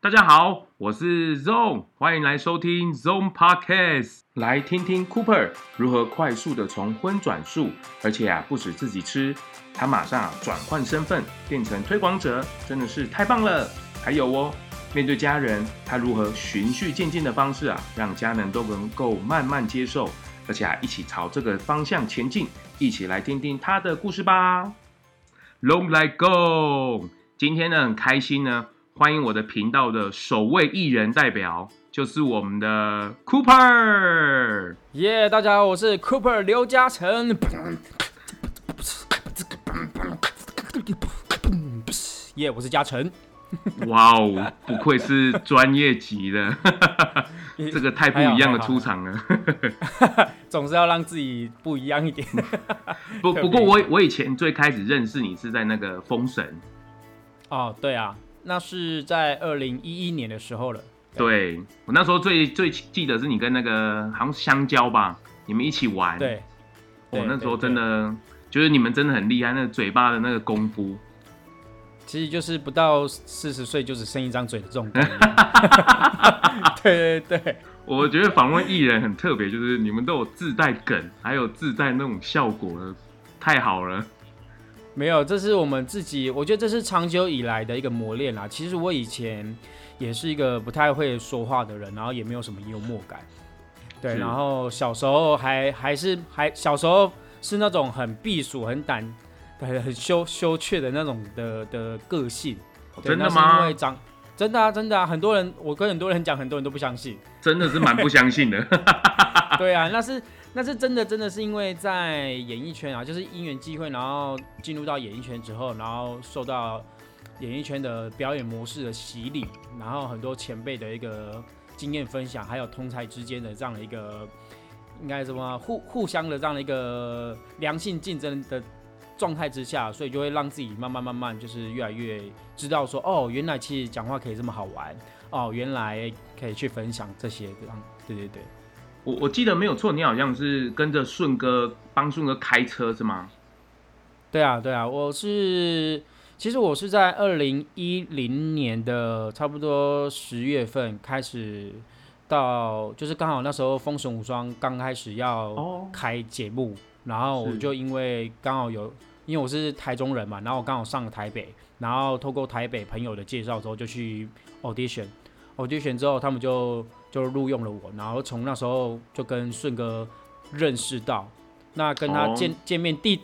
大家好，我是 Zone， 欢迎来收听 Zone Podcast， 来听听 Cooper 如何快速的从荤转素，而且不止自己吃，他马上转换身份变成推广者，真的是太棒了。还有面对家人，他如何循序渐进的方式让家人都能够慢慢接受，而且一起朝这个方向前进，一起来听听他的故事吧。Long like go， 今天呢很开心呢，欢迎我的频道的首位艺人代表，就是我们的 Cooper。 耶，大家好，我是 Cooper 刘嘉诚。耶，我是嘉诚。 哇哦，不愧是专业级的，这个太不一样的出场了。 总是要让自己不一样一点。 不过我以前最开始认识你是在那个封神。 哦，对啊，那是在2011年的时候了。 对，我那时候最记得是你跟那个好像香蕉吧，你们一起玩。 对， 那时候真的觉得你们真的很厉害，那个嘴巴的那个功夫。 其实就是不到40岁就只剩一张嘴的这种概念。对对对， 我觉得访问艺人很特别，就是你们都有自带梗，还有自带那种效果的，太好了。 没有，这是我们自己，我觉得这是长久以来的一个磨练啦。其实我以前也是一个不太会说话的人，然后也没有什么幽默感。对，然后小时候小时候是那种很避暑、很羞怯的那种的个性。 真的吗？ 因为真的啊，很多人，我跟很多人讲，很多人都不相信。真的是蛮不相信的。 对啊，那是真的是因为在演艺圈就是因缘际会，然后进入到演艺圈之后，然后受到演艺圈的表演模式的洗礼，然后很多前辈的一个经验分享，还有同才之间的这样的一个应该什么互相的这样的一个良性竞争的状态之下，所以就会让自己慢慢就是越来越知道说，原来其实讲话可以这么好玩，原来可以去分享这些这样，对对对。 我记得没有错，你好像是跟着帮顺哥开车是吗？ 对啊，其实我是在2010年的差不多10月份开始到，就是刚好那时候《封神无双》刚开始要开节目，然后我就因为我是台中人嘛，然后我刚好上了台北，然后透过台北朋友的介绍之后就去 audition 之后，他们就录用了我，然后从那时候就跟顺哥认识到，那跟他见面第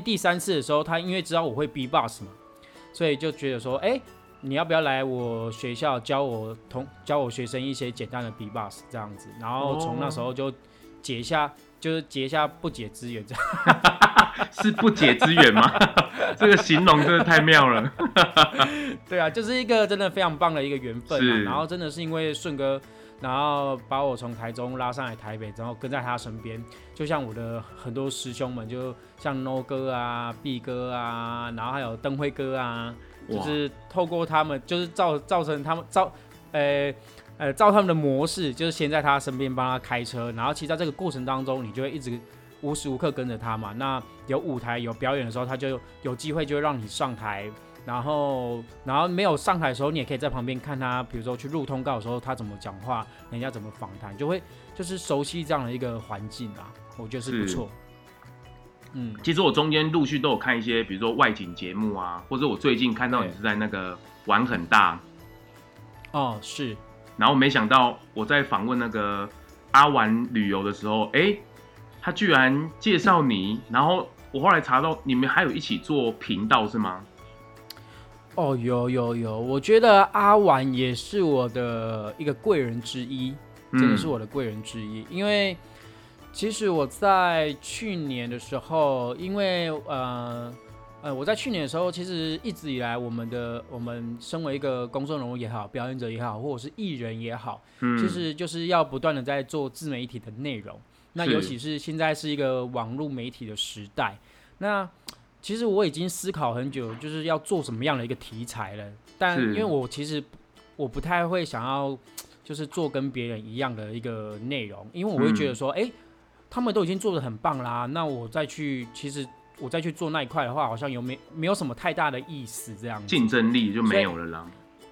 3次的时候，他因为知道我会 B-box 嘛，所以就觉得说，你要不要来我学校教我学生一些简单的 B-box 这样子，然后从那时候就结下不解之缘，这样。 是不解之缘吗？这个形容真的太妙了。 对啊，就是一个真的非常棒的一个缘分然后真的是因为顺哥，然后把我从台中拉上来台北，然后跟在他身边，就像我的很多师兄们，就像 No 哥啊、B 哥啊，然后还有灯辉哥啊，就是透过他们，就是造成他们照他们的模式，就是先在他身边帮他开车，然后其实在这个过程当中，你就会一直无时无刻跟着他嘛。那有舞台有表演的时候，他就有机会就会让你上台，然后没有上台的时候，你也可以在旁边看他，比如说去录通告的时候，他怎么讲话，人家怎么访谈，就是熟悉这样的一个环境啊，我觉得是不错。 其实我中间陆续都有看一些，比如说外景节目啊，或者我最近看到你是在那个玩很大。 是。 然后没想到我在访问那个阿玩旅游的时候，他居然介绍你，然后我后来查到你们还有一起做频道是吗？ 有，我觉得阿玩也是我的一个贵人之一，真的是我的贵人之一，因为其实我在去年的时候，因为我在去年的时候，其实一直以来，我们身为一个公众人物也好，表演者也好，或者是艺人也好，其实就是要不断的在做自媒体的内容。那尤其是现在是一个网络媒体的时代，那其实我已经思考很久，就是要做什么样的一个题材了。但因为我不太会想要就是做跟别人一样的一个内容，因为我会觉得说，他们都已经做得很棒啦，那我再去做那一块的话，好像没有什么太大的意思，这样子竞争力就没有了啦。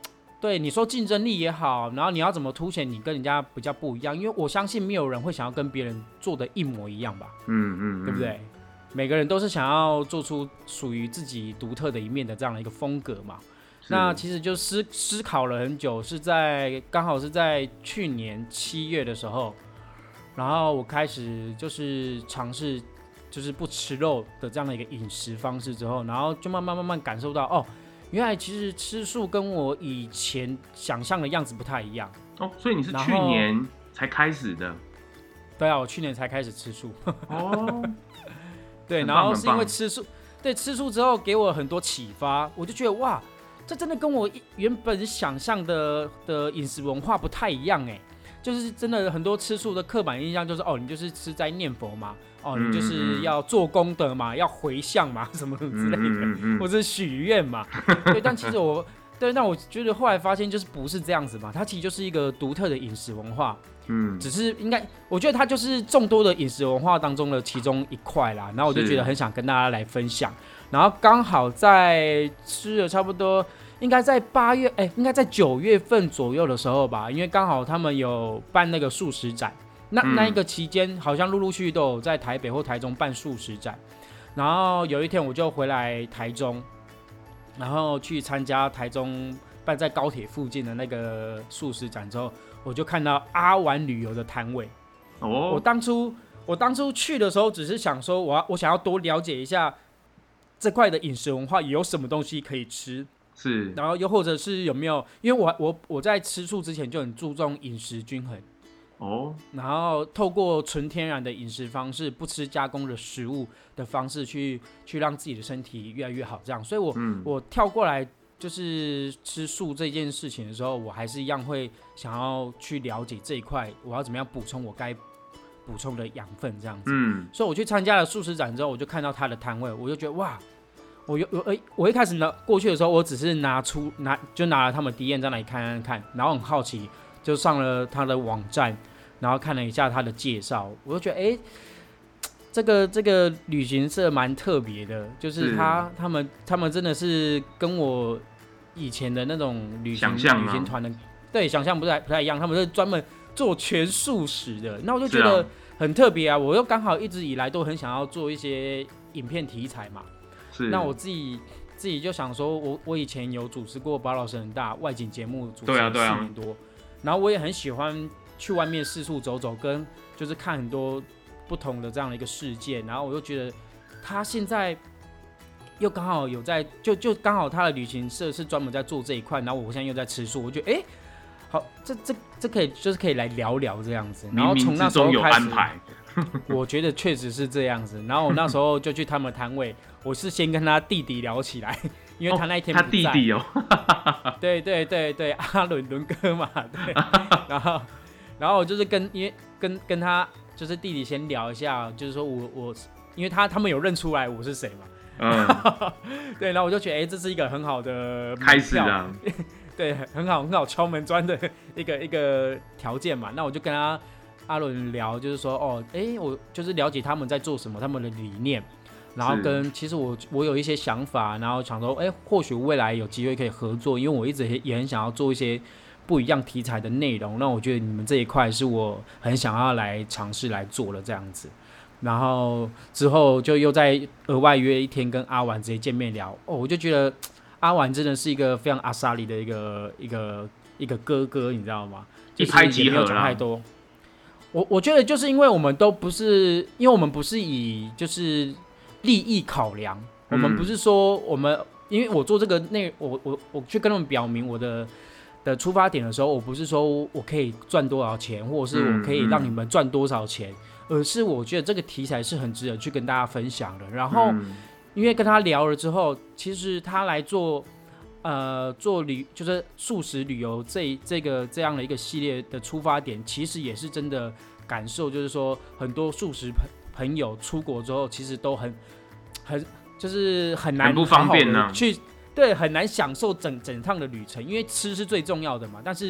对你说竞争力也好，然后你要怎么凸显你跟人家比较不一样？因为我相信没有人会想要跟别人做的一模一样吧，对不对？每个人都是想要做出属于自己独特的一面的这样的一个风格嘛。那其实就思考了很久，刚好是在去年7月的时候，然后我开始就是尝试就是不吃肉的这样的一个饮食方式之后，然后就慢慢感受到哦。原来其实吃素跟我以前想象的样子不太一样哦，所以你是去年才开始的？ 对啊，我去年才开始吃素。 哦， 对，然后是因为吃素，对，吃素之后给我很多启发，我就觉得哇，这真的跟我原本想象的饮食文化不太一样哎，就是真的很多吃素的刻板印象就是哦，你就是吃斋念佛嘛，哦，你就是要做功德嘛，要回向嘛，什么之类的，或者是许愿嘛。对，但其实那我觉得后来发现就是不是这样子嘛，它其实就是一个独特的饮食文化。只是我觉得它就是众多的饮食文化当中的其中一块啦。然后我就觉得很想跟大家来分享。然后刚好在吃了差不多。应该在应该在9月份左右的时候吧，因为刚好他们有办那个素食展，那一个期间好像陆陆续续都有在台北或台中办素食展，然后有一天我就回来台中，然后去参加台中办在高铁附近的那个素食展之后，我就看到阿玩旅游的摊位。我当初去的时候，只是想说我想要多了解一下这块的饮食文化有什么东西可以吃。 是， 然后又或者是有没有，因为我在吃素之前就很注重饮食均衡然后透过纯天然的饮食方式，不吃加工的食物的方式去让自己的身体越来越好，这样，所以我跳过来就是吃素这件事情的时候，我还是一样会想要去了解这一块，我要怎么样补充我该补充的养分这样子。所以我去参加了素食展之后，我就看到他的摊位，我就觉得哇。我一开始过去的时候，我只是拿了他们第一眼在那里看，然后很好奇，就上了他的网站，然后看了一下他的介绍，我就觉得这个旅行社蛮特别的，就是他们真的是跟我以前的那种旅行团的对想象不太一样，他们是专门做全素食的，那我就觉得很特别啊！我又刚好一直以来都很想要做一些影片题材嘛。那我自己就想说，我以前有主持过宝岛神很大外景节目，主持了4年多，然后我也很喜欢去外面四处走走，跟就是看很多不同的这样的一个世界，然后我就觉得他现在又刚好有在就刚好他的旅行社是专门在做这一块，然后我现在又在吃素，我觉得好，这可以来聊聊这样子，然后从那时候开始，我觉得确实是这样子，然后我那时候就去他们摊位。我是先跟他弟弟聊起来，因为他那一天不在。他弟弟对，阿伦哥嘛，对。然后我就是跟他就是弟弟先聊一下，就是说我因为他们有认出来我是谁嘛，对，然后我就觉得这是一个很好的开始啊， 对，很好敲门砖的一个条件嘛。那我就跟阿伦聊，就是说我就是了解他们在做什么，他们的理念。然后其实我有一些想法，然后想说，或许未来有机会可以合作，因为我一直也很想要做一些不一样题材的内容。那我觉得你们这一块是我很想要来尝试来做的这样子。然后之后就又再额外约一天跟阿玩直接见面聊。我就觉得阿玩真的是一个非常阿莎里的一个哥哥，你知道吗？ 一拍即合啦。 没有讲太多。我觉得就是因为我们不是以就是利益考量，我们不是说因为我做这个我去跟他们表明我的出发点的时候，我不是说我可以赚多少钱，或者是我可以让你们赚多少钱，而是我觉得这个题材是很值得去跟大家分享的。然后，因为跟他聊了之后，其实他来做就是素食旅游这样的一个系列的出发点，其实也是真的感受，就是说很多素食朋友出国之后，其实都很就是很难很不方便去对，很难享受整趟的旅程，因为吃是最重要的嘛。但是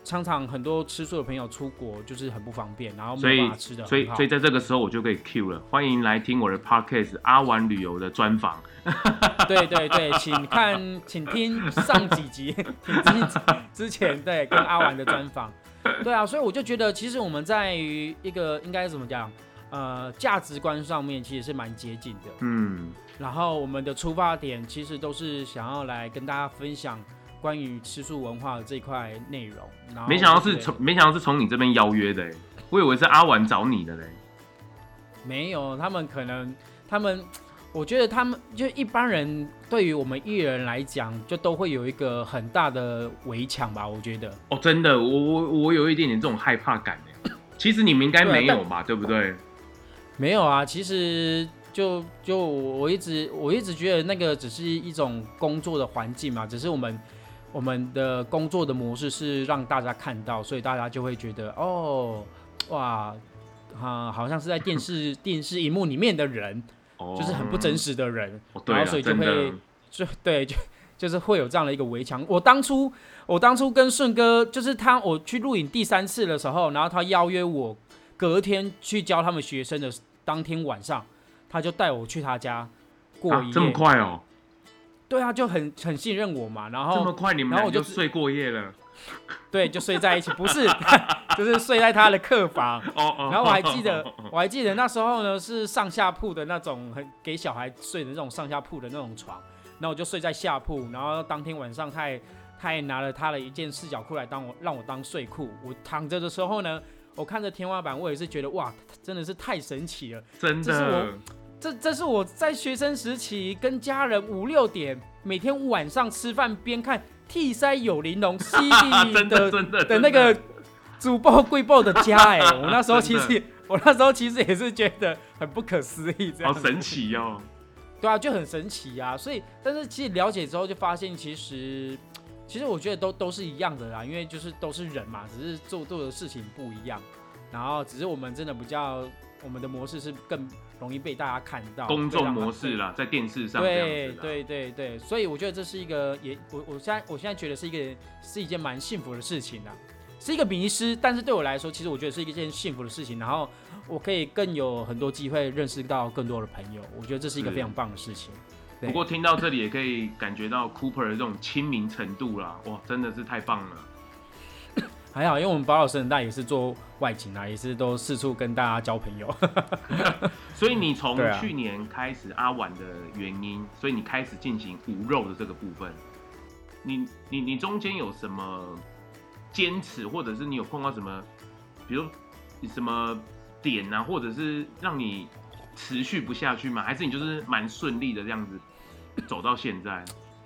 常常很多吃素的朋友出国就是很不方便，然后所以没有办法吃的很好。 所以在这个时候我就可以 Q 了，欢迎来听我的 Podcast 阿玩旅游的专访。 对对对，请听上几集，请听之前对跟阿玩的专访。对啊，所以我就觉得其实我们在于一个应该怎么讲，价值观上面其实是蛮接近的。 嗯， 然后我们的出发点其实都是想要来跟大家分享关于吃素文化的这一块内容。然后没想到是从你这边邀约的，我以为是阿玩找你的嘞。 没有，我觉得他们就一般人对于我们艺人来讲，就都会有一个很大的围墙吧，我觉得。 哦，真的，我有一点点这种害怕感耶。其实你们应该没有吧，对不对？ 没有啊，其实就我一直觉得那个只是一种工作的环境嘛，只是我们的工作的模式是让大家看到，所以大家就会觉得哦，哇，好像是在电视荧幕里面的人。就是很不真实的人，然后所以就会就是会有这样的一个围墙。我当初跟顺哥，就是我去录影第3次的时候，然后他邀约我隔天去教他们学生的当天晚上，他就带我去他家过一夜。 这么快哦？ 对啊，就很信任我嘛。然后这么快你们俩就睡过夜了？ 对，就睡在一起，不是，就是睡在他的客房。然后我还记得那时候呢是上下铺的那种，给小孩睡的那种上下铺的那种床。然后我就睡在下铺，然后当天晚上他也拿了他的一件四角裤来让我当睡裤。我躺着的时候呢，我看着天花板，我也是觉得哇，真的是太神奇了， 真的。 这是我在学生时期跟家人5、6点每天晚上吃饭边看。T 塞有玲珑 CD 的那个主播贵报的家我那时候其实也是觉得很不可思议，这样好神奇哦。 对啊，就很神奇啊。所以，但是其实了解之后就发现，其实我觉得都是一样的啦，因为就是都是人嘛，只是做的事情不一样，然后只是我们真的我们的模式是更容易被大家看到， 公众模式啦，在电视上这样子。 对，所以我觉得这是一个我现在觉得是一件蛮幸福的事情啦，是一个迷失，但是对我来说，其实我觉得是一件幸福的事情。然后我可以更有很多机会认识到更多的朋友，我觉得这是一个非常棒的事情。 不过听到这里也可以感觉到 Cooper 的这种亲民程度啦，哇，真的是太棒了。 还好，因为我们保老师很大也是做外景啊，也是都四处跟大家交朋友。 所以你从去年开始阿玩的原因，所以你开始进行无肉的这个部分，你中间有什么坚持，或者是你有碰到什么，比如什么点啊，或者是让你持续不下去吗？还是你就是蛮顺利的这样子走到现在？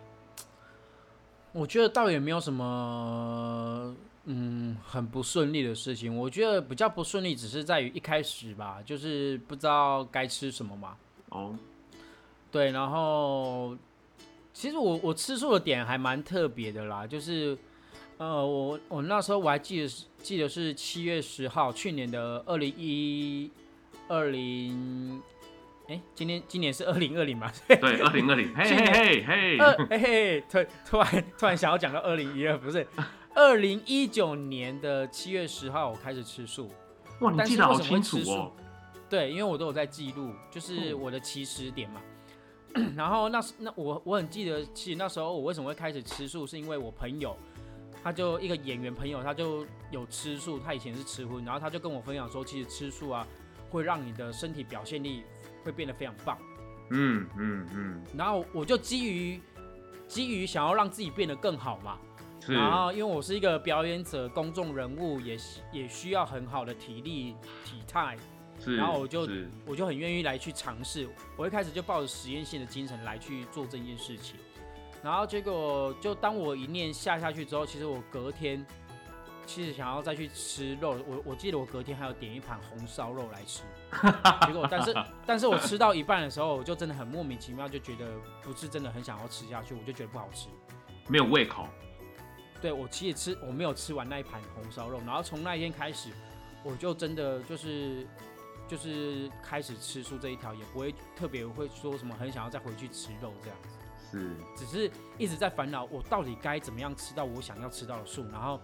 我觉得倒也没有什么很不顺利的事情。我觉得比较不顺利只是在于一开始吧，就是不知道该吃什么嘛。对，然后其实我吃素的点还蛮特别的啦，就是我那时候我还记得是7月10号，去年的20今年是2020嘛？ 对，2020，嘿， 突然想要讲到2012，不是2019年的7月10号我开始吃素。 哇，你记得好清楚哦。 对，因为我都有在记录，就是我的起始点嘛。然后我很记得，其实那时候我为什么会开始吃素，是因为我朋友，他就一个演员朋友，他就有吃素，他以前是吃荤，然后他就跟我分享说，其实吃素啊，会让你的身体表现力会变得非常棒。然后我就基于想要让自己变得更好嘛，然后因为我是一个表演者、公众人物，也需要很好的体力、体态。然后我就很愿意来去尝试，我一开始就抱着实验性的精神来去做这件事情，然后结果就当我一念下去之后，其实我隔天其实想要再去吃肉，我记得我隔天还有点一盘红烧肉来吃，结果但是我吃到一半的时候，我就真的很莫名其妙，就觉得不是真的很想要吃下去，我就觉得不好吃， 没有胃口。 对，我其实我没有吃完那一盘红烧肉，然后从那一天开始，我就真的就是开始吃素这一条，也不会特别会说什么很想要再回去吃肉这样子， 是， 只是一直在烦恼我到底该怎么样吃到我想要吃到的素，然后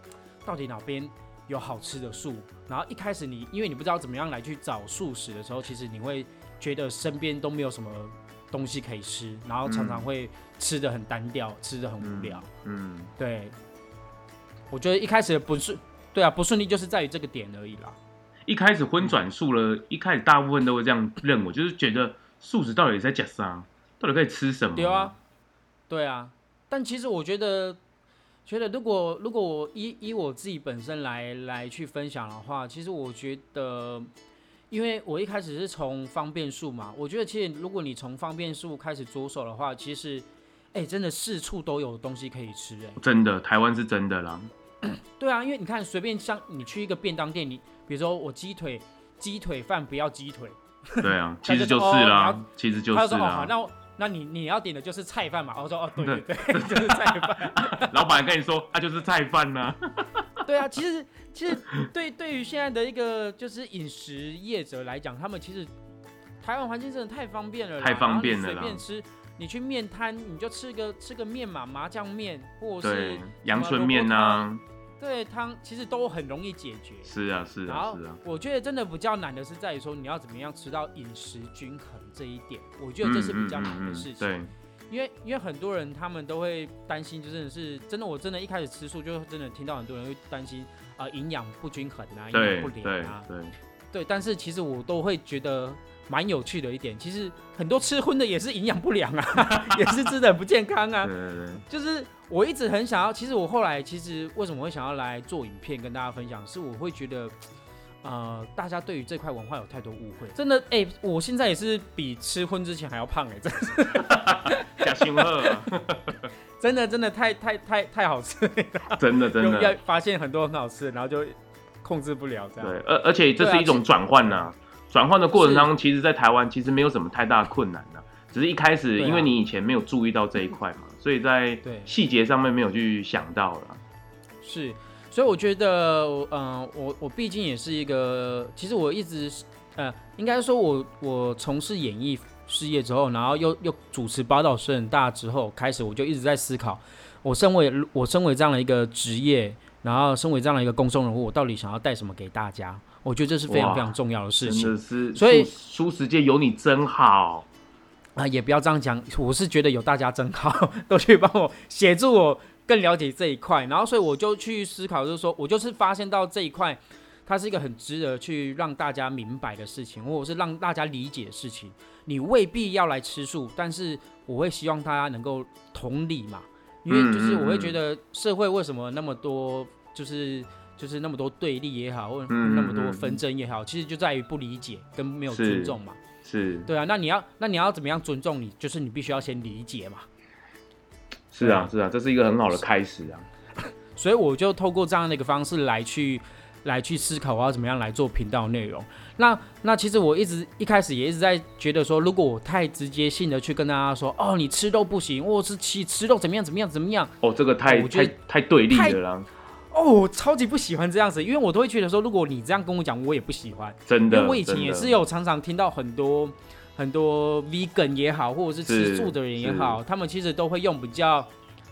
到底哪边有好吃的素。然后一开始因为你不知道怎么样来去找素食的时候，其实你会觉得身边都没有什么东西可以吃，然后常常会吃得很单调，吃得很无聊。对，我觉得一开始的不顺利就是在于这个点而已啦。 一开始荤转素了，一开始大部分都会这样认为，就是觉得素食到底在吃啥，到底可以吃什么？ 对啊。但其实我觉得如果我以我自己本身来去分享的话，其实我觉得，因为我一开始是从方便素嘛，我觉得其实如果你从方便素开始着手的话，其实真的四处都有东西可以吃真的，台湾是真的啦。 对啊，因为你看随便像你去一个便当店，你比如说我鸡腿饭不要鸡腿， 对啊，其实就是啦，其实就是啦。他说好，那你要点的就是菜饭嘛？我说对，就是菜饭。 老板跟你说，他就是菜饭呐。 对啊，其实对于现在的一个就是饮食业者来讲，他们其实台湾环境真的太方便了， 太方便了啦。 随便吃，你去面摊你就吃个面嘛，麻酱面或者是阳春面啊。 对，汤其实都很容易解决。 是啊。 然后我觉得真的比较难的是在于说你要怎么样吃到饮食均衡这一点，我觉得这是比较难的事情。 对， 因为很多人他们都会担心，就真的我真的一开始吃素，就真的听到很多人会担心营养不均衡啊，营养不良啊。对，但是其实我都会觉得蛮有趣的一点，其实很多吃荤的也是营养不良啊，也是吃的很不健康啊。 对， 就是我一直很想要，其实我后来为什么会想要来做影片跟大家分享，是我会觉得大家对于这块文化有太多误会，真的我现在也是比吃荤之前还要胖真的是假凶恶真的太好吃了， 真的要发现很多很好吃，然后就控制不了这样。 对，而且这是一种转换呐，转换的过程当中，其实在台湾其实没有什么太大的困难呐，只是一开始因为你以前没有注意到这一块嘛，所以在细节上面没有去想到了。 是，所以我觉得我毕竟也是一个，其实我一直应该说我从事演艺事业之后，然后又主持宝岛声很大之后，开始我就一直在思考，我身为这样的一个职业，然后身为这样的一个公众人物，我到底想要带什么给大家？我觉得这是非常非常重要的事情。 真的是， 所以素食界有你真好也不要这样讲，我是觉得有大家真好，都去帮我协助我更了解这一块，然后所以我就去思考，就是说我就是发现到这一块，它是一个很值得去让大家明白的事情，或者是让大家理解的事情。你未必要来吃素，但是我会希望大家能够同理嘛，因为就是我会觉得社会为什么那么多就是那么多对立也好，或者那么多纷争也好，其实就在于不理解跟没有尊重嘛。 是， 对啊，那你要怎么样尊重你？就是你必须要先理解嘛。 是啊，这是一个很好的开始啊。 所以我就透过这样的一个方式来去思考我要怎么样来做频道内容。那其实我一开始也一直在觉得说，如果我太直接性的去跟大家说，你吃肉不行，或是吃肉怎么样， 这个太对立了啦。 我超级不喜欢这样子，因为我都会觉得说，如果你这样跟我讲，我也不喜欢。 真的， 因为我以前也是有常常听到很多 vegan 也好，或者是吃素的人也好，他们其实都会用比较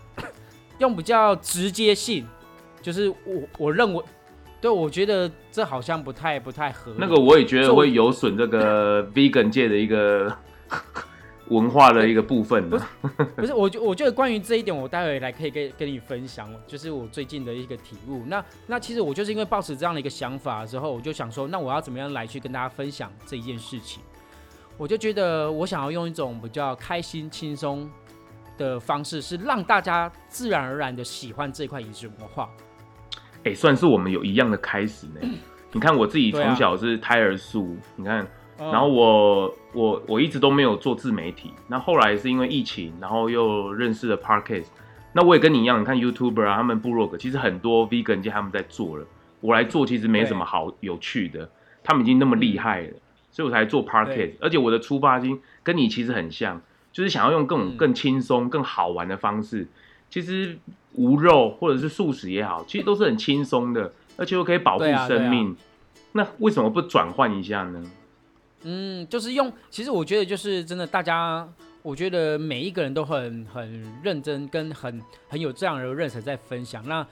直接性，就是我认为，对，我觉得这好像不太合理。 那个我也觉得会有损这个 vegan 界的一个文化的一个部分的。 不是，我觉得关于这一点，我待会来可以跟你分享，就是我最近的一个体悟。那其实我就是因为抱持这样的一个想法之后，我就想说，那我要怎么样来去跟大家分享这一件事情？我就觉得我想要用一种比较开心、轻松的方式，是让大家自然而然的喜欢这块饮食文化。 算是我们有一样的开始呢。你看我自己从小是胎儿素，你看。然后我一直都没有做自媒体，那后来是因为疫情，然后又认识了 Podcast。那我也跟你一样，你看 YouTuber 啊，他们部落格其实很多 Vegan 界他们在做了，我来做其实没什么好有趣的，他们已经那么厉害了，所以我才做 Podcast。而且我的出发心跟你其实很像，就是想要用更轻松、更好玩的方式。其实无肉或者是素食也好，其实都是很轻松的，而且又可以保护生命。那为什么不转换一下呢？ 就是其实我觉得就是真的，大家我觉得每一个人都很认真，跟很有这样的认识在分享。那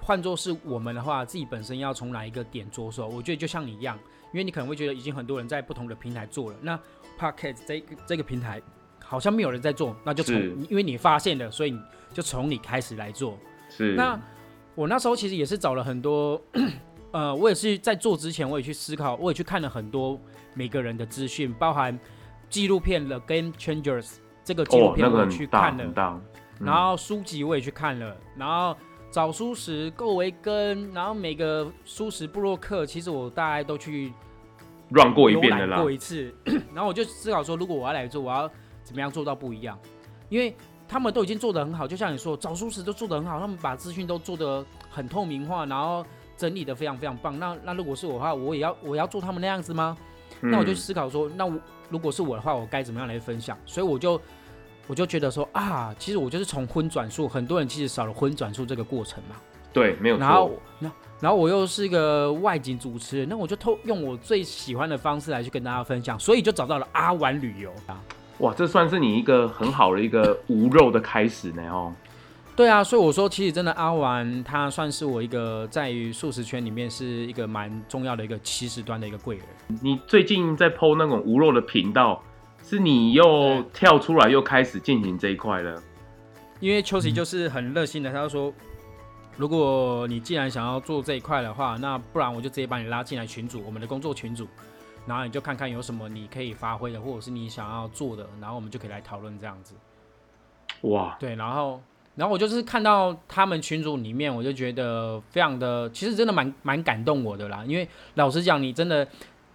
换作是我们的话，自己本身要从哪一个点着手？我觉得就像你一样，因为你可能会觉得已经很多人在不同的平台做了，那 Podcast 这个平台好像没有人在做，那就因为你发现了，所以你就从你开始来做。 是。 那我那时候其实也是找了很多，我也是在做之前，我也去思考，我也去看了很多每个人的资讯，包含纪录片《The Game Changers》这个纪录片我也去看了，然后书籍我也去看了，然后找书时、够维根，然后每个书时部落客，其实我大概都去 run过一遍的啦， 过一次，然后我就思考说，如果我要来做，我要怎么样做到不一样？因为他们都已经做得很好，就像你说，找书时都做得很好，他们把资讯都做得很透明化，然后整理得非常非常棒。那如果是我的话，我要做他们那样子吗？那我就思考说，那如果是我的话，我该怎么样来分享？所以我就觉得说啊，其实我就是从荤转素，很多人其实少了荤转素这个过程嘛。 对，没有错。 然后我又是一个外景主持人，那我就用我最喜欢的方式来去跟大家分享，所以就找到了阿玩旅游。 哇，这算是你一个很好的一个无肉的开始呢哦。 对啊，所以我说，其实真的阿玩他算是我一个在于素食圈里面是一个蛮重要的一个起始端的一个贵人。 你最近在 po 那种无肉的频道，是你又跳出来又开始进行这一块了？ 因为秋喜就是很热心的，他就说，如果你既然想要做这一块的话，那不然我就直接把你拉进来群组，我们的工作群组。然后你就看看有什么你可以发挥的，或者是你想要做的，然后我们就可以来讨论这样子。 哇， 对，然后我就是看到他们群组里面，我就觉得非常的，其实真的蛮感动我的啦。因为老实讲，你真的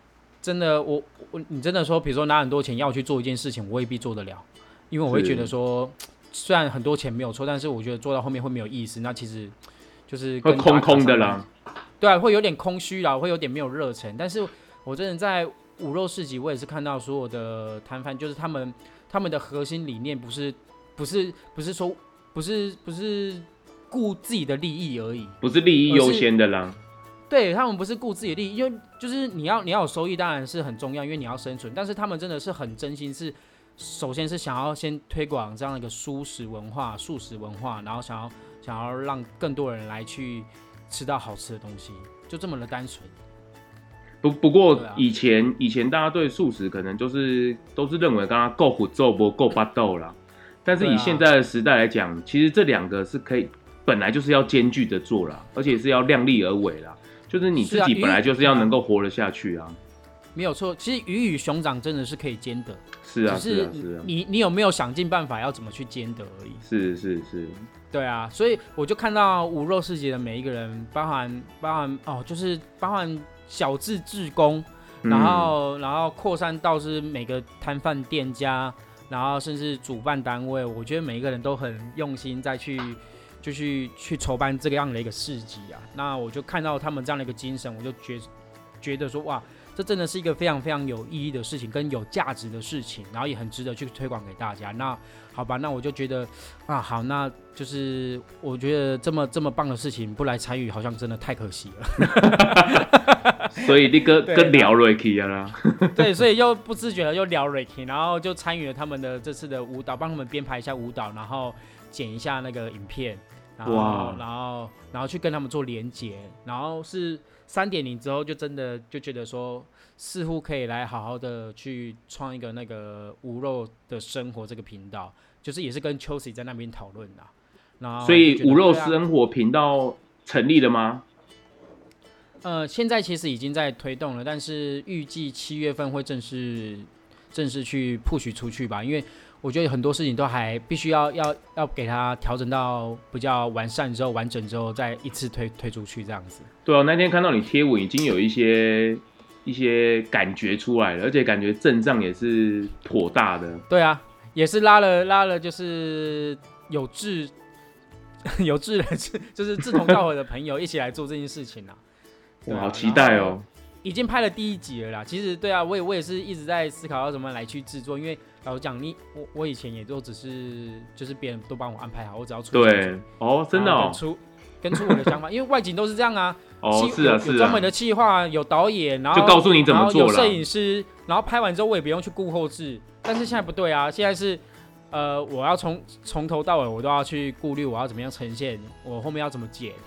你真的说，比如说拿很多钱要去做一件事情，我未必做得了，因为我会觉得说，虽然很多钱没有错，但是我觉得做到后面会没有意思，那其实就是会空的啦。 对啊，会有点空虚啦，会有点没有热忱，但是。我真的在五肉市集，我也是看到所有的摊贩，就是他们的核心理念不是说不是顾自己的利益而已， 不是利益优先的啦。 对，他们不是顾自己的利益，因为就是你要有收益，当然是很重要，因为你要生存。但是他们真的是很真心，是首先是想要先推广这样的一个素食文化，然后想要让更多人来去吃到好吃的东西，就这么的单纯。 不过以前大家对素食可能都是认为刚刚够虎肉不够巴豆啦，但是以现在的时代来讲，其实这两个是可以本来就是要兼具的做啦，而且是要量力而为啦，就是你自己本来就是要能够活得下去啊。 没有错，其实鱼与熊掌真的是可以兼得， 是啊， 只是你有没有想尽办法要怎么去兼得而已。 是， 对啊，所以我就看到无肉市集的每一个人，包含哦，就是包含。小至志工，然后扩散到是每个摊贩店家，然后甚至主办单位，我觉得每一个人都很用心再去筹办这个样的一个市集啊。那我就看到他们这样的一个精神，我就觉得说哇，这真的是一个非常非常有意义的事情，跟有价值的事情，然后也很值得去推广给大家。那好吧，那我就觉得啊，好，那就是我觉得这么棒的事情不来参与，好像真的太可惜了。 所以你跟聊瑞奇啦， 对，所以又不自觉的又聊瑞奇，然后就参与了他们的这次的舞蹈，帮他们编排一下舞蹈，然后剪一下那个影片，然后去跟他们做连结，然后是3.0之后就真的就觉得说，似乎可以来好好的去创一个那个无肉的生活这个频道，就是也是跟 Chelsea 在那边讨论的。然后所以无肉生活频道成立了吗？ 现在其实已经在推动了，但是预计7月份会正式去 push 出去吧，因为我觉得很多事情都还必须要给它调整到比较完善之后、完整之后，再一次推出去这样子。 对啊，那天看到你贴文已经有一些感觉出来了，而且感觉阵仗也是颇大的。 对啊，也是拉了，就是有志的，就是志同道合的朋友一起来做这件事情啊。 我好期待哦！ 已经拍了第1集了啦。其实对啊，我也是一直在思考要怎么来去制作，因为老实讲，我以前也都只是就是别人都帮我安排好，我只要出对哦，真的哦， 跟出我的想法，因为外景都是这样啊。 哦，是啊， 有专门的企划，有导演，然后就告诉你怎么做了， 有摄影师，然后拍完之后我也不用去顾后制。但是现在不对啊，现在是我要从头到尾我都要去顾虑我要怎么样呈现，我后面要怎么剪。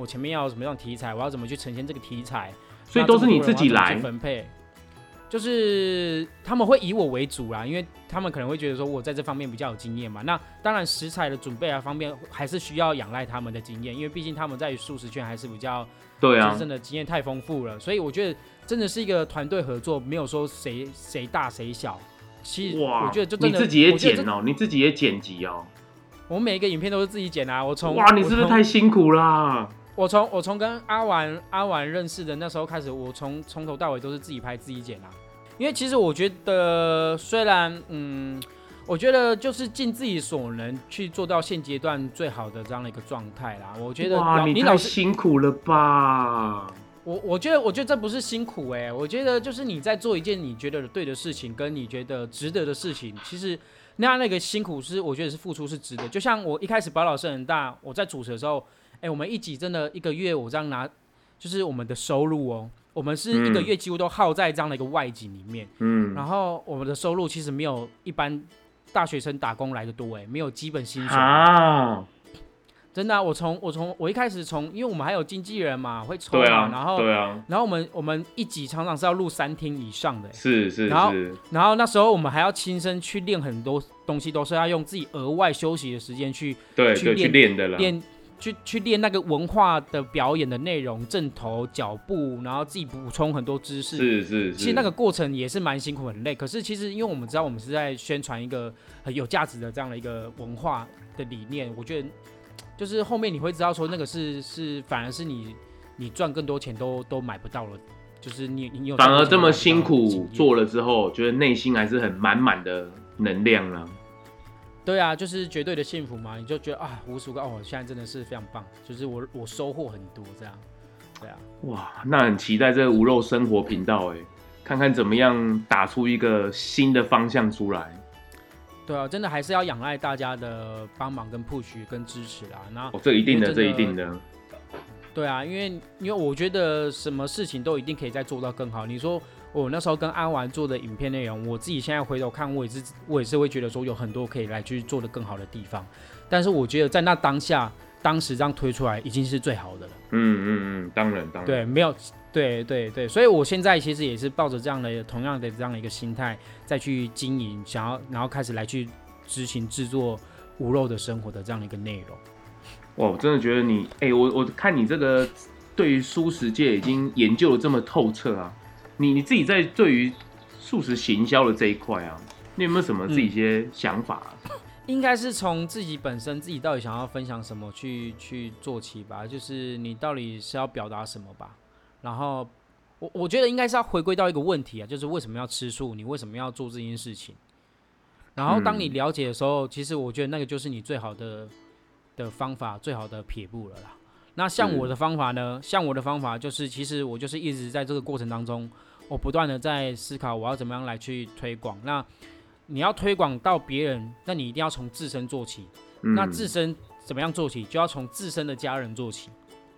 我前面要有什么样的题材，我要怎么去呈现这个题材， 所以都是你自己来分配。就是他们会以我为主啦，因为他们可能会觉得说我在这方面比较有经验嘛。那当然食材的准备啊方面还是需要仰赖他们的经验，因为毕竟他们在于素食圈还是比较对啊， 真的经验太丰富了，所以我觉得真的是一个团队合作，没有说谁大谁小。其实我觉得就真的你自己也剪哦，你自己也剪辑哦。 我每一个影片都是自己剪啊， 哇，你是不是太辛苦啦？ 我从跟阿丸认识的那时候开始，我从头到尾都是自己拍自己剪啊。因为其实我觉得，虽然我觉得就是尽自己所能去做到现阶段最好的这样的一个状态啦。我觉得哇，你太辛苦了吧？ 我觉得这不是辛苦我觉得就是你在做一件你觉得对的事情，跟你觉得值得的事情，其实那个辛苦是我觉得是付出是值得。就像我一开始宝岛圣人大，我在主持的时候，我们一集真的一个月我这样拿，就是我们的收入哦。我们是一个月几乎都耗在这样的一个外景里面，然后我们的收入其实没有一般大学生打工来的多，没有基本薪水啊，真的啊，我一开始因为我们还有经纪人嘛，会抽嘛，然后我们一集常常是要录3天以上的， 是， 然后那时候我们还要亲身去练很多东西，都是要用自己额外休息的时间去练的啦。 去练那个文化的表演的内容，正头、脚步，然后自己补充很多知识。 是。 其实那个过程也是蛮辛苦、很累。可是其实因为我们知道我们是在宣传一个很有价值的这样的一个文化的理念，我觉得就是后面你会知道说那个是反而是你赚更多钱都买不到了，就是你有反而这么辛苦做了之后，觉得内心还是很满满的能量啊。 对啊，就是绝对的幸福嘛，你就觉得啊，无数个哦，现在真的是非常棒，就是我收获很多这样，对啊。 哇，那很期待这个无肉生活频道看看怎么样打出一个新的方向出来。 对啊，真的还是要仰赖大家的帮忙跟 push 跟支持啦。那这一定的，这一定的。 对啊，因为我觉得什么事情都一定可以再做到更好。你说我那时候跟阿丸做的影片内容，我自己现在回头看，我也是会觉得说有很多可以来去做的更好的地方。但是我觉得在那当时这样推出来已经是最好的了。 当然。 对，没有，对，所以我现在其实也是抱着这样的同样的这样的一个心态再去经营，然后开始来去执行制作无肉的生活的这样的一个内容。 哇，我真的觉得你，我看你这个对于蔬食界已经研究的这么透彻啊。你自己在对于素食行销的这一块啊，你有没有什么自己一些想法应该是从自己本身自己到底想要分享什么去做起吧，就是你到底是要表达什么吧。然后我觉得应该是要回归到一个问题啊，就是为什么要吃素，你为什么要做这件事情。然后当你了解的时候，其实我觉得那个就是你最好的方法，最好的撇步了啦。那像我的方法呢？就是，其实我就是一直在这个过程当中，我不断的在思考我要怎么样来去推广。那你要推广到别人，那你一定要从自身做起。那自身怎么样做起？就要从自身的家人做起。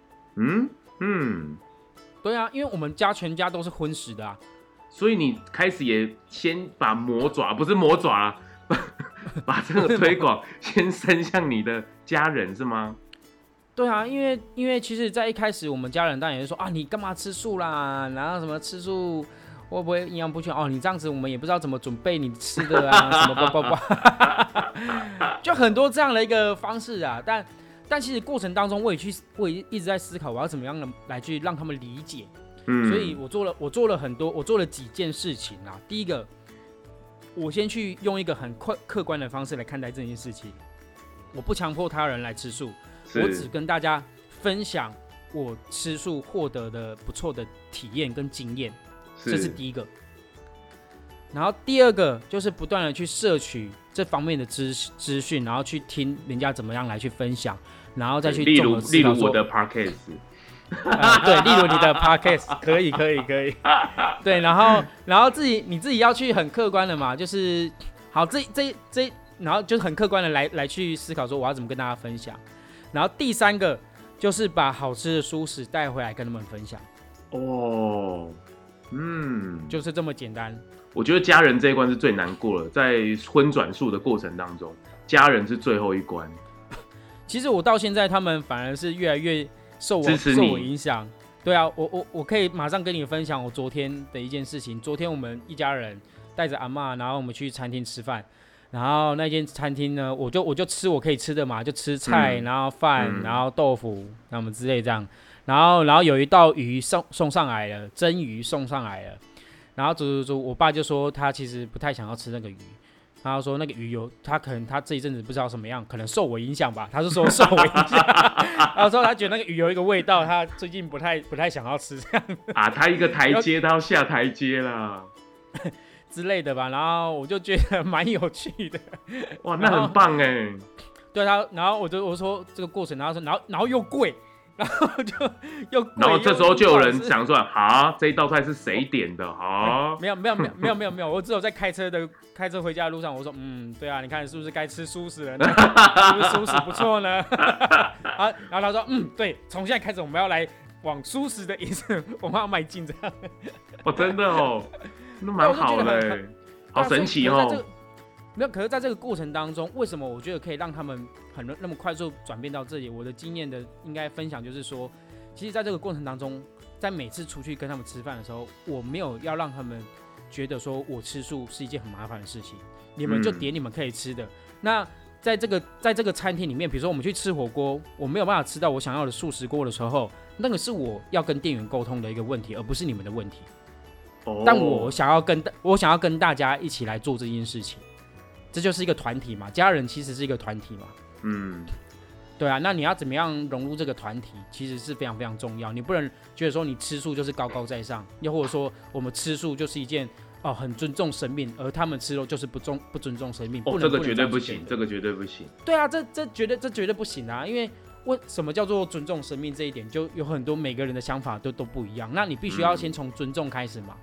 对啊，因为我们家全家都是荤食的啊。 所以你开始也先把魔爪，不是魔爪啊，把这个推广先伸向你的家人是吗？ 对啊，因为其实，在一开始我们家人当然也是说啊，你干嘛吃素啦？然后什么吃素会不会营养不全？哦，你这样子我们也不知道怎么准备你吃的啊，什么就很多这样的一个方式啊。但其实过程当中，我也一直在思考我要怎么样来去让他们理解。所以我做了几件事情啊。第一个，我先去用一个很客观的方式来看待这件事情，我不强迫他人来吃素。我只跟大家分享我吃素获得的不错的体验跟经验，这是第一个。然后第二个就是不断的去摄取这方面的资讯，然后去听人家怎么样来去分享，然后再去综合思考。 例如我的 podcast， 对，例如你的 podcast， 可以。对，然后你自己要去很客观的嘛，就是好然后就是很客观的来去思考说我要怎么跟大家分享。然后第三个就是把好吃的蔬食带回来跟他们分享。就是这么简单。 我觉得家人这一关是最难过了，在荤转素的过程当中，家人是最后一关。 其实我到现在，他们反而是越来越受我影响。对啊，我可以马上跟你分享我昨天的一件事情。昨天我们一家人带着阿嬷，然后我们去餐厅吃饭。然后那间餐厅呢，我就吃我可以吃的嘛，就吃菜，然后饭，然后豆腐，那么之类这样。然后有一道鱼送上来了，蒸鱼送上来了。然后煮，我爸就说他其实不太想要吃那个鱼。他说那个鱼他可能他这一阵子不知道什么样，可能受我影响吧。他是说受我影响，然后说他觉得那个鱼有一个味道，他最近不太想要吃这样。 啊，他一个台阶，他要下台阶啦之类的吧。然后我就觉得蛮有趣的。 哇，那很棒哎。 对他，然后我说这个过程，然后又贵。然后就又贵， 然后这时候就有人想出来，哈，这一道菜是谁点的？哈， 没有，我只有在开车回家的路上，我说，对啊，你看是不是该吃素食了呢？是不是素食不错呢？然后他说，对，从现在开始我们要来往素食的饮食文化迈进，这样。 哦，真的哦，那蛮好的，好神奇哦。 没有，可是在这个过程当中，为什么我觉得可以让他们那么快速转变到这里？我的经验的应该分享就是说，其实在这个过程当中，在每次出去跟他们吃饭的时候，我没有要让他们觉得说我吃素是一件很麻烦的事情，你们就点你们可以吃的。那在这个餐厅里面，比如说我们去吃火锅，我没有办法吃到我想要的素食锅的时候，那个是我要跟店员沟通的一个问题，而不是你们的问题。但我想要跟大家一起来做这件事情。这就是一个团体嘛，家人其实是一个团体嘛，对啊，那你要怎么样融入这个团体，其实是非常非常重要。你不能觉得说你吃素就是高高在上，又或者说我们吃素就是一件很尊重生命，而他们吃肉就是不尊重生命。 这个绝对不行，这个绝对不行。 对啊，这绝对不行啊！因为什么叫做尊重生命这一点，就有很多每个人的想法都不一样。那你必须要先从尊重开始嘛。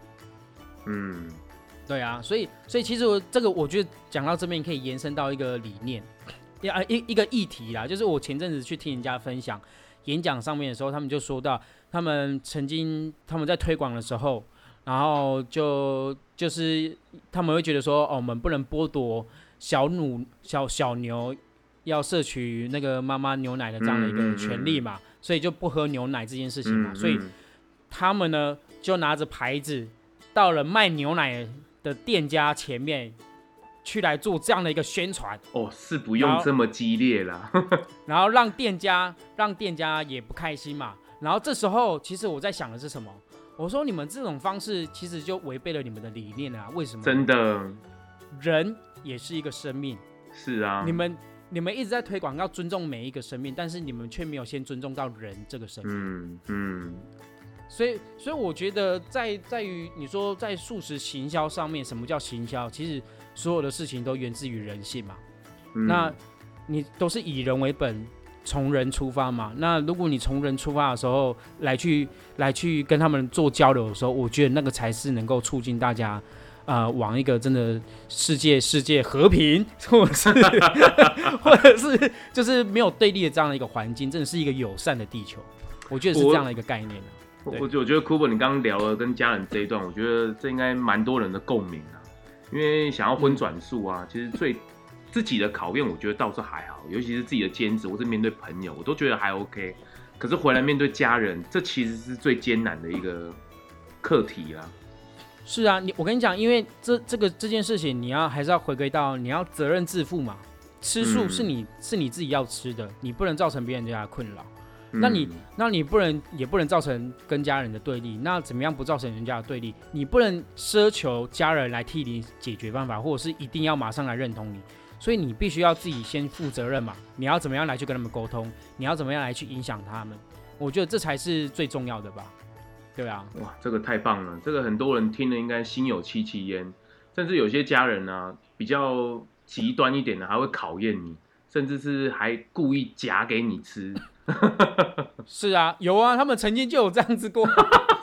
对啊，所以其实这个我觉得讲到这边可以延伸到一个理念，一个议题啦，就是我前阵子去听人家分享演讲上面的时候，他们就说到他们在推广的时候，然后就是他们会觉得说，我们不能剥夺小牛要摄取那个妈妈牛奶的这样的一个权利嘛，所以就不喝牛奶这件事情嘛，所以他们呢就拿着牌子到了卖牛奶的店家前面去来做这样的一个宣传。 是不用这么激烈啦。 然后让店家也不开心嘛。然后这时候其实我在想的是什么？我说你们这种方式其实就违背了你们的理念啊。为什么？真的，人也是一个生命。 是啊。你们一直在推广要尊重每一个生命，但是你们却没有先尊重到人这个生命。所以我觉得在于你说在素食行销上面，什么叫行销？其实所有的事情都源自于人性嘛。那你都是以人为本，从人出发嘛。那如果你从人出发的时候来去跟他们做交流的时候，我觉得那个才是能够促进大家往一个真的世界和平，或者是就是没有对立的这样的一个环境，真的是一个友善的地球。我觉得是这样的一个概念。 我觉得 Cooper 你刚刚聊了跟家人这一段，我觉得这应该蛮多人的共鸣啊。因为想要荤转素啊，其实自己的考验，我觉得倒是还好，尤其是自己的兼职或是面对朋友，我都觉得还 OK。可是回来面对家人，这其实是最艰难的一个课题啦。 是啊，我跟你讲，因为这件事情，你还是要回归到你要责任自负嘛。吃素是你自己要吃的，你不能造成别人家的困扰。那你也不能造成跟家人的对立。那怎么样不造成人家的对立？你不能奢求家人来替你解决办法，或者是一定要马上来认同你。所以你必须要自己先负责任嘛。你要怎么样来去跟他们沟通？你要怎么样来去影响他们？我觉得这才是最重要的吧。对啊， 哇，这个太棒了！这个很多人听了应该心有戚戚焉，甚至有些家人啊比较极端一点的，还会考验你，甚至是还故意夹给你吃。 是啊，有啊，他们曾经就有这样子过，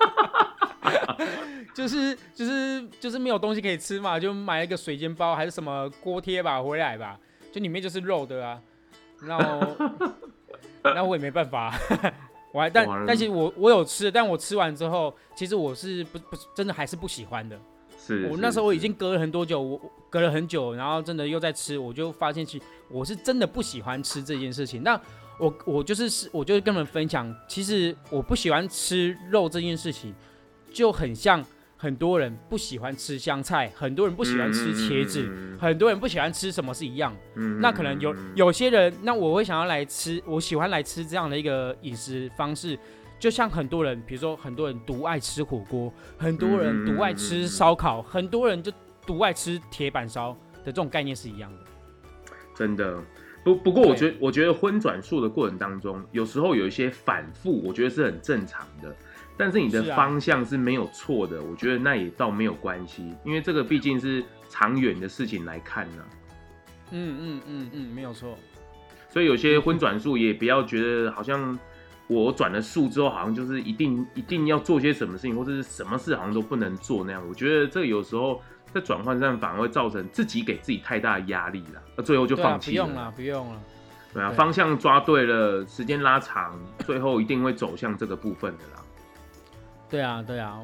就是没有东西可以吃嘛，就买一个水煎包还是什么锅贴吧回来吧，就里面就是肉的啊，然后我也没办法。但其实我有吃，但我吃完之后，其实我是不真的还是不喜欢的。我那时候我已经隔了很多久，我隔了很久，然后真的又在吃，我就发现其实我是真的不喜欢吃这件事情。那我就是跟你们分享，其实我不喜欢吃肉这件事情，就很像很多人不喜欢吃香菜，很多人不喜欢吃茄子，很多人不喜欢吃什么是一样。那可能有些人，那我会想要来吃，我喜欢来吃这样的一个饮食方式。就像很多人，比如说很多人独爱吃火锅，很多人独爱吃烧烤，很多人就独爱吃铁板烧的这种概念是一样的。 真的。不过我觉得荤转素的过程当中，有时候有一些反复，我觉得是很正常的。但是你的方向是没有错的，我觉得那也倒没有关系，因为这个毕竟是长远的事情来看呢。 没有错。 所以有些荤转素也不要觉得好像我转了素之后，好像就是一定要做些什么事情，或者是什么事好像都不能做那样。我觉得这个有时候在转换上反而会造成自己给自己太大的压力了，最后就放弃了。 不用了。 对啊，方向抓对了，时间拉长，最后一定会走向这个部分的啦。 对啊，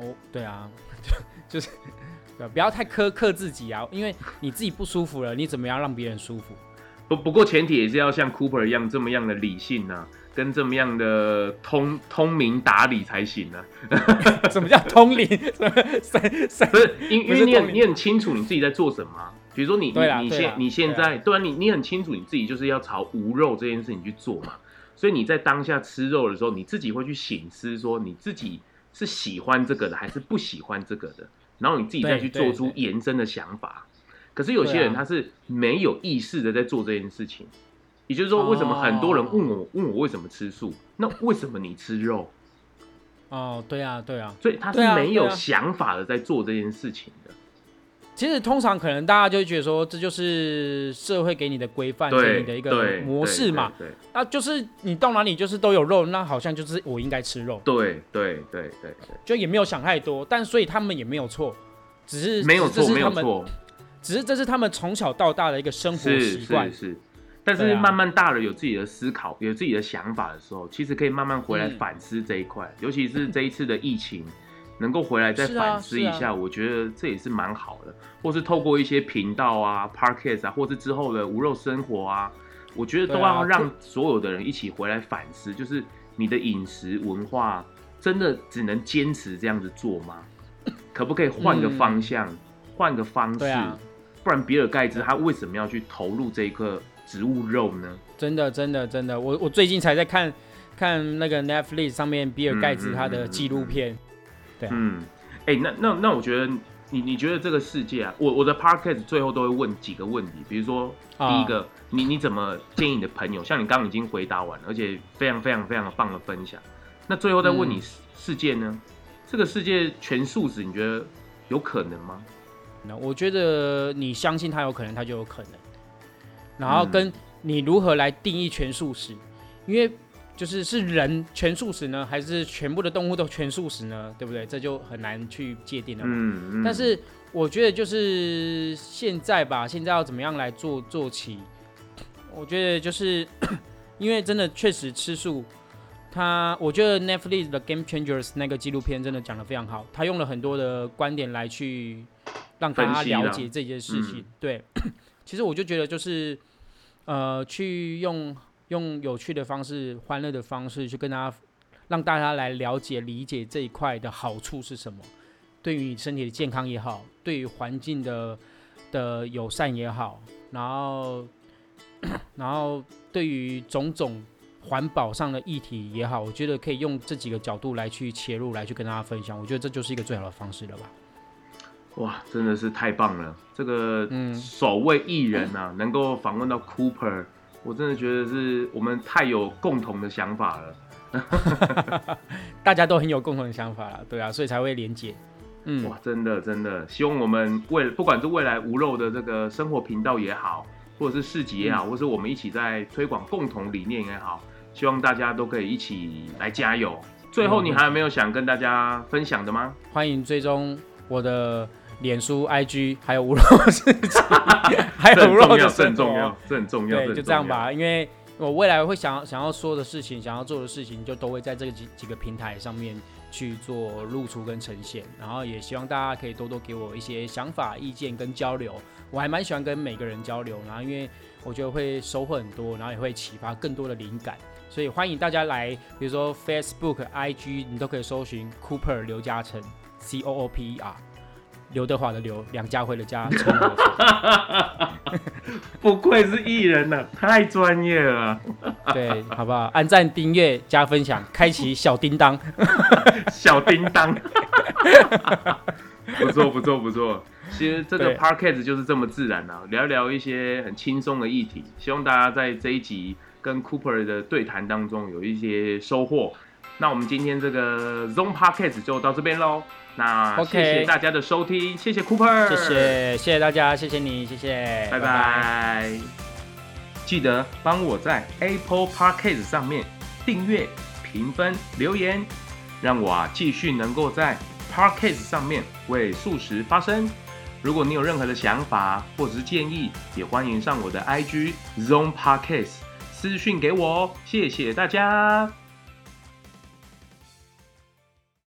就是不要太苛刻自己啊，因为你自己不舒服了，你怎么样让别人舒服？ 不过前提也是要像 Cooper 一样这么样的理性啊，跟这么样的通明达理才行啊。 什么叫通灵？ 不是，因为你很清楚你自己在做什么啊。比如说你现在对啊，你很清楚你自己就是要朝无肉这件事情去做嘛，所以你在当下吃肉的时候，你自己会去省思说你自己是喜欢这个的还是不喜欢这个的，然后你自己再去做出延伸的想法。可是有些人他是没有意识的在做这件事情，也就是说，为什么很多人问我为什么吃素？那为什么你吃肉？ 对啊， 所以他是没有想法的在做这件事情的。 其实通常可能大家就会觉得说，这就是社会给你的规范，给你的一个模式嘛。那就是你到哪里就是都有肉，那好像就是我应该吃肉。 对， 就也没有想太多，但所以他们也没有错，只是没有错， 只是这是他们从小到大的一个生活习惯。 是。但是慢慢大了，有自己的思考，有自己的想法的时候，其实可以慢慢回来反思这一块，尤其是这一次的疫情。能够回来再反思一下，我觉得这也是蛮好的。或是透过一些频道啊、podcast 啊，或是之后的无肉生活啊，我觉得都要让所有的人一起回来反思，就是你的饮食文化真的只能坚持这样子做吗？可不可以换个方向、换个方式？不然比尔盖茨他为什么要去投入这一颗植物肉呢？ 真的，我最近才在看那个 Netflix 上面比尔盖茨他的纪录片。 那我觉得你觉得这个世界啊，我的 podcast 最后都会问几个问题，比如说第一个，你怎么建议你的朋友？像你刚刚已经回答完了，而且非常非常非常棒的分享。那最后再问你世界呢？这个世界全素食，你觉得有可能吗？ 我觉得你相信它有可能，它就有可能。然后跟你如何来定义全素食，因为是人全素食呢，还是全部的动物都全素食呢？对不对？这就很难去界定了嘛。但是我觉得就是现在要怎么样来做起？我觉得就是因为真的确实吃素，我觉得 Netflix 的 Game Changers 那个纪录片真的讲得非常好，他用了很多的观点来去让大家了解这件事情。对，其实我就觉得就是去用有趣的方式、欢乐的方式去跟让大家来了解、理解这一块的好处是什么，对于身体的健康也好，对于环境的友善也好，然后对于种种环保上的议题也好，我觉得可以用这几个角度来去切入，来去跟大家分享。我觉得这就是一个最好的方式了吧。 哇，真的是太棒了！这个首位艺人啊，能够访问到 Cooper。我真的觉得是我们太有共同的想法了， 大家都很有共同的想法了，对啊，所以才会连结。 哇，真的，希望我们不管是未来无肉的这个生活频道也好，或者是市集也好，或是我们一起在推广共同理念也好，希望大家都可以一起来加油。最后，你还有没有想跟大家分享的吗？ 欢迎追踪我的脸书、IG， 还有无肉市集，还有无肉的生活， 这很重要。 对，就这样吧。因为我未来会想要说的事情，想要做的事情，就都会在这几个平台上面去做露出跟呈现。然后也希望大家可以多多给我一些想法、意见跟交流。我还蛮喜欢跟每个人交流，然后因为我觉得会收获很多，然后也会启发更多的灵感。 所以欢迎大家来，比如说 Facebook、IG， 你都可以搜寻 Cooper 刘嘉诚 ，COOPER， 刘德华的刘，梁家辉的家，陈的陈。 不愧是艺人了，太专业了。 对，好不好？按赞、订阅、加分享，开启小叮当。 小叮当。不错不错不错，其实这个 podcast 就是这么自然啊，聊聊一些很轻松的议题，希望大家在这一集跟 Cooper 的对谈当中有一些收获。那我们今天这个 Zone podcast 就到这边咯，那谢谢大家的收听，谢谢 Cooper， 谢谢大家，谢谢你，谢谢， 拜拜。记得帮我在 Apple Podcast 上面订阅、评分、留言，让我继续能够在 Podcast 上面为素食发声。如果你有任何的想法或者是建议，也欢迎上我的 IG Zone Podcast 私讯给我哦。谢谢大家。